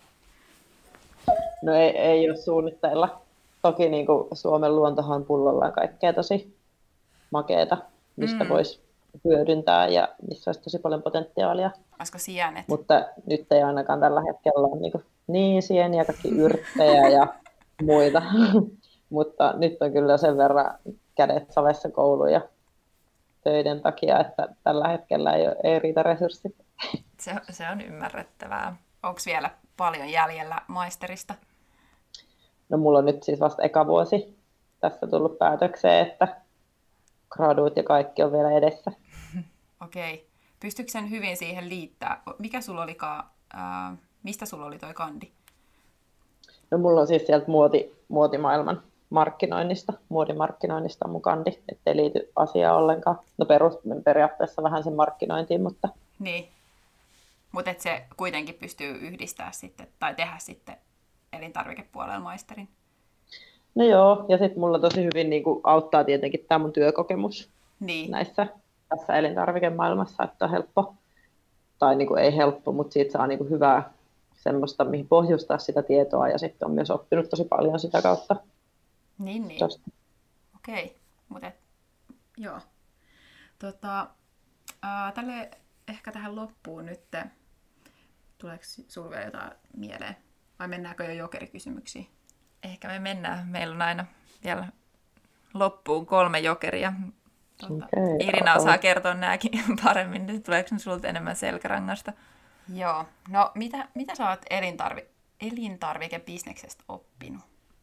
No ei, ei ole suunnitteilla. Toki niin kuin Suomen luontohan pullollaan kaikkea tosi makeeta, mistä mm. voisi hyödyntää ja missä olisi tosi paljon potentiaalia. Olisiko sienet? Mutta nyt ei ainakaan tällä hetkellä ole niin, kuin, niin sieniä, kaikki yrttejä ja muita. Mutta nyt on kyllä sen verran kädet savessa kouluja töiden takia, että tällä hetkellä ei, ole, ei riitä resurssit. Se, se on ymmärrettävää. Onko vielä paljon jäljellä maisterista? No mulla on nyt siis vasta eka vuosi tässä tullut päätökseen, että graduut ja kaikki on vielä edessä. Okei. Okay. Pystyykö sen hyvin siihen liittää? Mikä sulla olikaan, äh, mistä sulla oli toi kandi? No mulla on siis sieltä muoti, muotimaailman markkinoinnista, muodimarkkinoinnista on mun kandi, ettei liity asiaan ollenkaan. No perus, periaatteessa vähän sen markkinointiin, mutta... Niin, mutta et se kuitenkin pystyy yhdistämään sitten, tai tehdä sitten elintarvikepuolella maisterin. No joo, ja sitten mulla tosi hyvin niin kuin, auttaa tietenkin tämä mun työkokemus niin. näissä tässä elintarvikemaailmassa, että on helppo, tai niin kuin, ei helppo, mutta siitä saa niin kuin, hyvää semmoista, mihin pohjustaa sitä tietoa, ja sitten on myös oppinut tosi paljon sitä kautta. Niin, niin. Okei, okay. Mutta joo. Tota, ää, tälle ehkä tähän loppuun nyt, tuleeko sinulla vielä jotain mieleen? Vai mennäänkö jo jokerikysymyksiin? Ehkä me mennään. Meillä on aina vielä loppuun kolme jokeria. Tuota, okay, Irina osaa on. kertoa nämäkin paremmin. Tuleeko ne sinulta enemmän selkärangasta? Joo. No, mitä, mitä sä oot elintarvi- elintarvikebisneksestä oppinut?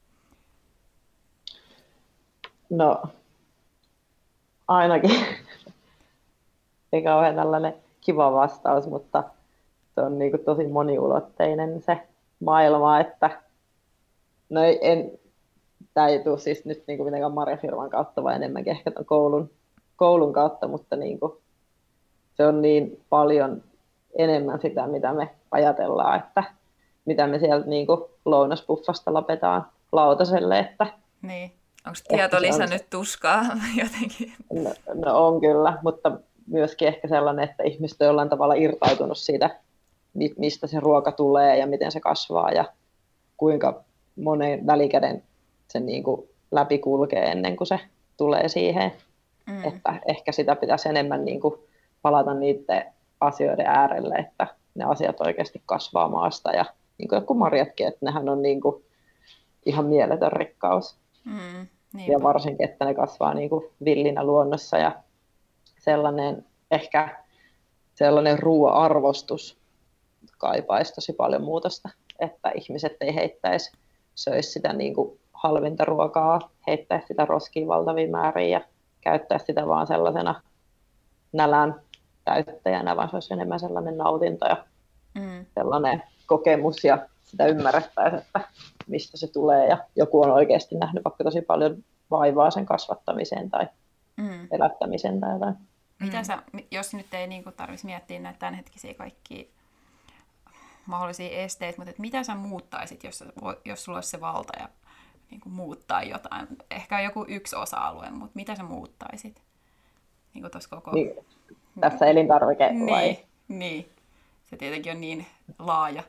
No, ainakin. Ei kauhean tällainen kiva vastaus, mutta se on niin kuin tosi moniulotteinen se maailma, että no en, tämä ei tule siis nyt niin kuin mitenkään marjafirman kautta, vaan enemmänkin ehkä ton koulun, koulun kautta, mutta niin kuin, se on niin paljon enemmän sitä, mitä me ajatellaan, että mitä me sieltä niin kuin lounaspuffasta lapetaan lautaselle, että niin. Onko tieto lisännyt tuskaa jotenkin? No, no on kyllä, mutta myöskin ehkä sellainen, että ihmiset on jollain tavalla irtautunut siitä, mistä se ruoka tulee ja miten se kasvaa ja kuinka monen välikäden se niin kuin läpi kulkee ennen kuin se tulee siihen. Mm. Että ehkä sitä pitäisi enemmän niin kuin palata niiden asioiden äärelle, että ne asiat oikeasti kasvaa maasta ja niin kuin joku marjatkin, että nehän on niin kuin ihan mieletön rikkaus. Mm, ja varsinkin, että ne kasvaa niin kuin villinä luonnossa ja sellainen ehkä sellainen ruoan-arvostus kaipaisi tosi paljon muutosta, että ihmiset ei heittäisi, söisi sitä niin kuin halvinta ruokaa, heittäisi sitä roskiin valtaviin määriin ja käyttäisi sitä vaan sellaisena nälän täyttäjänä, vaan se olisi enemmän sellainen nautinto ja mm. sellainen kokemus ja sitä ymmärrettäisiin, että mistä se tulee ja joku on oikeasti nähnyt vaikka tosi paljon vaivaa sen kasvattamiseen tai mm. elättämiseen tai jotain. Mitä sä, jos nyt ei niin tarvitsisi miettiä näitä tämänhetkisiä kaikkia mahdollisia esteitä, mutta mitä sä muuttaisit, jos, jos sulla olisi se valta ja niin kuin muuttaa jotain? Ehkä joku yksi osa-alue, mutta mitä sä muuttaisit? Niin kuin koko... niin, tässä elintarvike niin, vai? Niin, se tietenkin on niin laaja.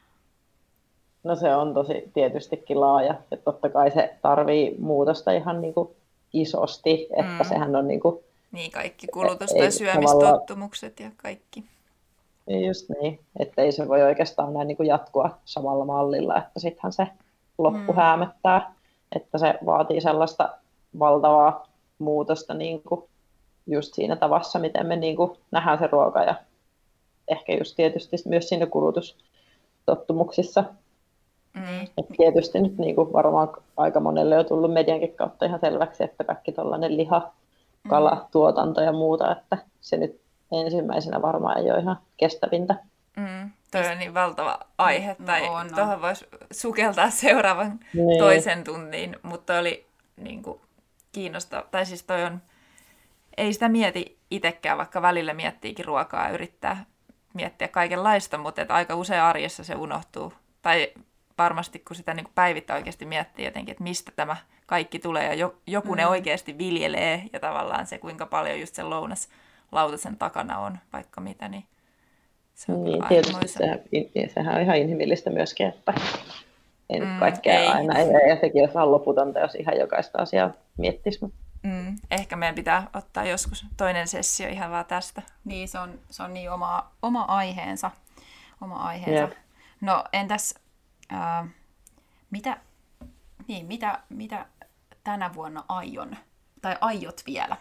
No se on tosi tietystikin laaja, että totta kai se tarvii muutosta ihan niin kuin isosti, että mm. sehän on niin kuin... Niin, kaikki kulutus- tai syömistottumukset ja kaikki. Just niin, että ei se voi oikeastaan näin niin kuin jatkua samalla mallilla, että sittenhän se loppu mm. häämöttää, että se vaatii sellaista valtavaa muutosta niin kuin just siinä tavassa, miten me niin kuin nähdään se ruoka ja ehkä just tietysti myös siinä kulutustottumuksissa. Mm. Et tietysti nyt niin kuin varmaan aika monelle on tullut mediankin kautta ihan selväksi, että kaikki tuollainen liha, kala, tuotanto ja muuta, että se nyt ensimmäisenä varmaan ei ole ihan kestävintä. Mm, toi on niin valtava aihe, tai no, no. tuohon voisi sukeltaa seuraavan niin. toisen tunnin, mutta oli niin kuin kiinnostava, tai siis toi on, ei sitä mieti itsekään, vaikka välillä miettiikin ruokaa ja yrittää miettiä kaikenlaista, mutta että aika usein arjessa se unohtuu, tai varmasti kun sitä niin kuin päivittäin oikeasti miettii jotenkin, että mistä tämä kaikki tulee, ja jo, joku mm. ne oikeasti viljelee, ja tavallaan se, kuinka paljon just sen lounas lautasen takana on vaikka mitä, niin se on niin, tietysti sehän, sehän on ihan inhimillistä myöskin, että ei mm, nyt kaikkea ei. aina, ja, ja sekin olisi ihan loputonta, jos ihan jokaista asiaa miettisi. Mutta... Mm, ehkä meidän pitää ottaa joskus toinen sessio ihan vaan tästä. Niin, se on, se on niin oma, oma aiheensa. Oma aiheensa. Yep. No entäs, äh, mitä, niin, mitä, mitä tänä vuonna aion, tai aiot vielä?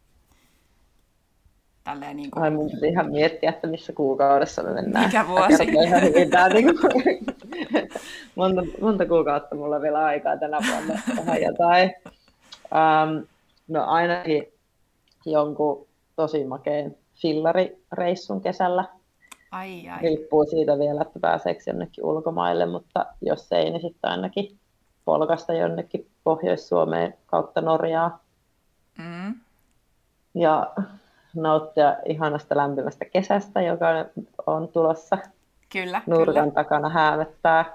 Tälleen niin kuin... Ai mun piti ihan miettiä, että missä kuukaudessa me mennään. Mikä vuosi? Tää, niin kuin, monta, monta kuukautta mulla on vielä aikaa tänä vuonna tehdä jotain. Um, no ainakin jonkun tosi makeen fillarireissun kesällä. Ai, ai. Riippuu siitä vielä, että pääseekö jonnekin ulkomaille, mutta jos ei, niin sitten ainakin polkasta jonnekin Pohjois-Suomeen kautta Norjaa. Mm. Ja nauttia ihanasta lämpimästä kesästä, joka on tulossa. Kyllä, nurkan kyllä. takana häämöttää.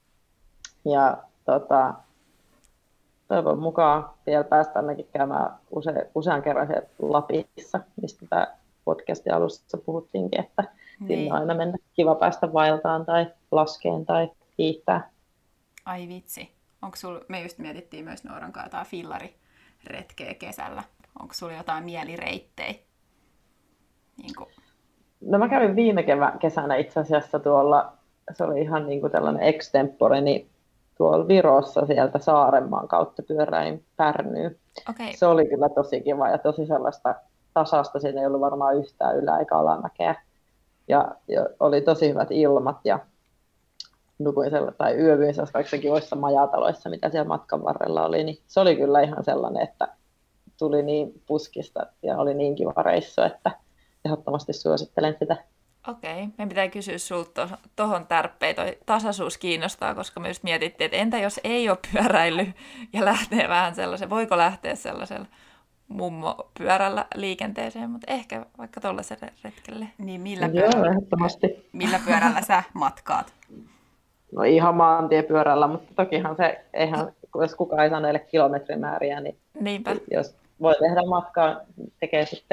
Ja tota, toivon mukaan vielä päästä ainakin käymään use, usean kerran siellä Lapissa, mistä tämä podcastin alussa puhuttiinkin, että niin. Sinne aina mennä kiva päästä vaeltaan tai laskeen tai hiihtää. Ai vitsi. Onko sul, me just mietittiin myös Nooran kanssa jotain fillariretkeä kesällä. Onko sulla jotain mielireittejä? Niin kuin... No mä kävin viime kevä, kesänä itse asiassa tuolla, se oli ihan niin kuin tällainen extempore, niin tuolla Virossa sieltä Saarenmaan kautta pyöräin Pärnyyn. Okay. Se oli kyllä tosi kiva ja tosi sellaista tasasta, siinä ei ollut varmaan yhtään ylä- eikä alamäkeä. Ja, ja oli tosi hyvät ilmat ja nukuin siellä, tai yövyin kaikissa kivoissa majataloissa, mitä siellä matkan varrella oli. Niin se oli kyllä ihan sellainen, että tuli niin puskista ja oli niin kiva reissu, että ehdottomasti suosittelen sitä. Okei, meidän pitää kysyä sinulta tuohon tärppeen. Toi tasaisuus kiinnostaa, koska me just mietittiin, että entä jos ei ole pyöräily ja lähtee vähän sellaisen, voiko lähteä sellaisella mummopyörällä liikenteeseen, mutta ehkä vaikka tuollaiselle retkelle. Niin millä pyörällä, Joo, ehdottomasti. Millä pyörällä sä matkaat? No ihan maantiepyörällä, mutta tokihan se, eihän, jos kukaan ei sanele kilometrimääriä, niin Niinpä. jos voi tehdä matkaa, tekee sitten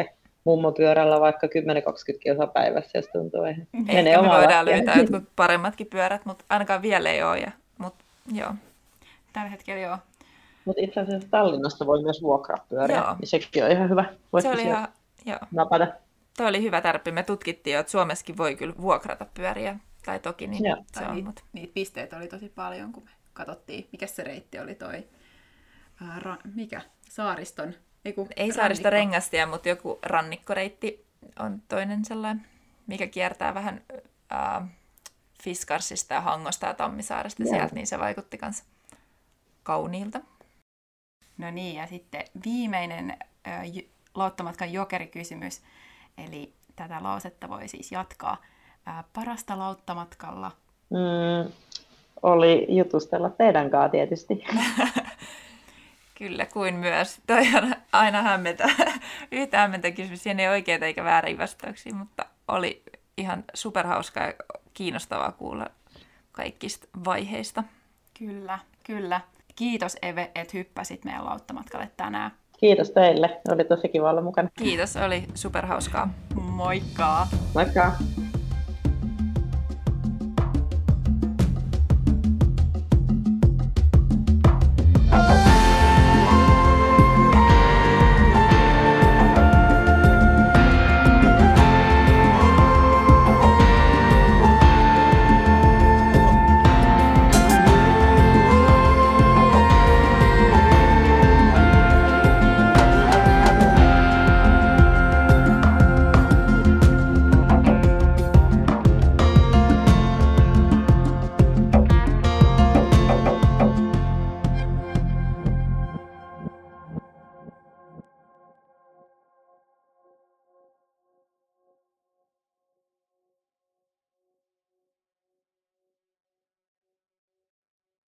mummopyörällä vaikka kymmenen kaksikymmentä kilsaa päivässä, jos tuntuu. Eihän. Ehkä me voidaan löytää jotkut paremmatkin pyörät, mutta ainakaan vielä ei ole. Ja, mut, joo. Tällä hetkellä joo. Mutta itse asiassa Tallinnasta voi myös vuokraa pyöriä, joo. Niin sekin on ihan hyvä. Se oli ihan, joo. Napata. Tuo oli hyvä tärppi. Me tutkittiin jo, että Suomessakin voi kyllä vuokrata pyöriä. Tai toki, niin joo. se tai on. Niitä, Mut... niitä pisteitä oli tosi paljon, kun me katsottiin, mikä se reitti oli toi, ää, ra, mikä, saariston, ei, kun, ei saariston rengastia, mutta joku rannikkoreitti on toinen sellainen, mikä kiertää vähän ää, Fiskarsista ja Hangosta ja Tammisaaresta joo. sieltä, niin se vaikutti myös kauniilta. No niin, ja sitten viimeinen ää, Lauttamatkan jokerikysymys, eli tätä lausetta voi siis jatkaa. Ää, parasta Lauttamatkalla? Mm, oli jutustella teidän kanssa tietysti. Kyllä, kuin myös. Toi on aina hämmentä. Yhtä hämmentä kysymys. Siinä ei oikeita eikä väärin vastauksia, mutta oli ihan superhauskaa ja kiinnostavaa kuulla kaikista vaiheista. Kyllä, kyllä. Kiitos Eve, että hyppäsit meidän Lauttamatkalle tänään. Kiitos teille. Oli tosi kiva olla mukana. Kiitos, oli superhauskaa. Moikka! Moikka!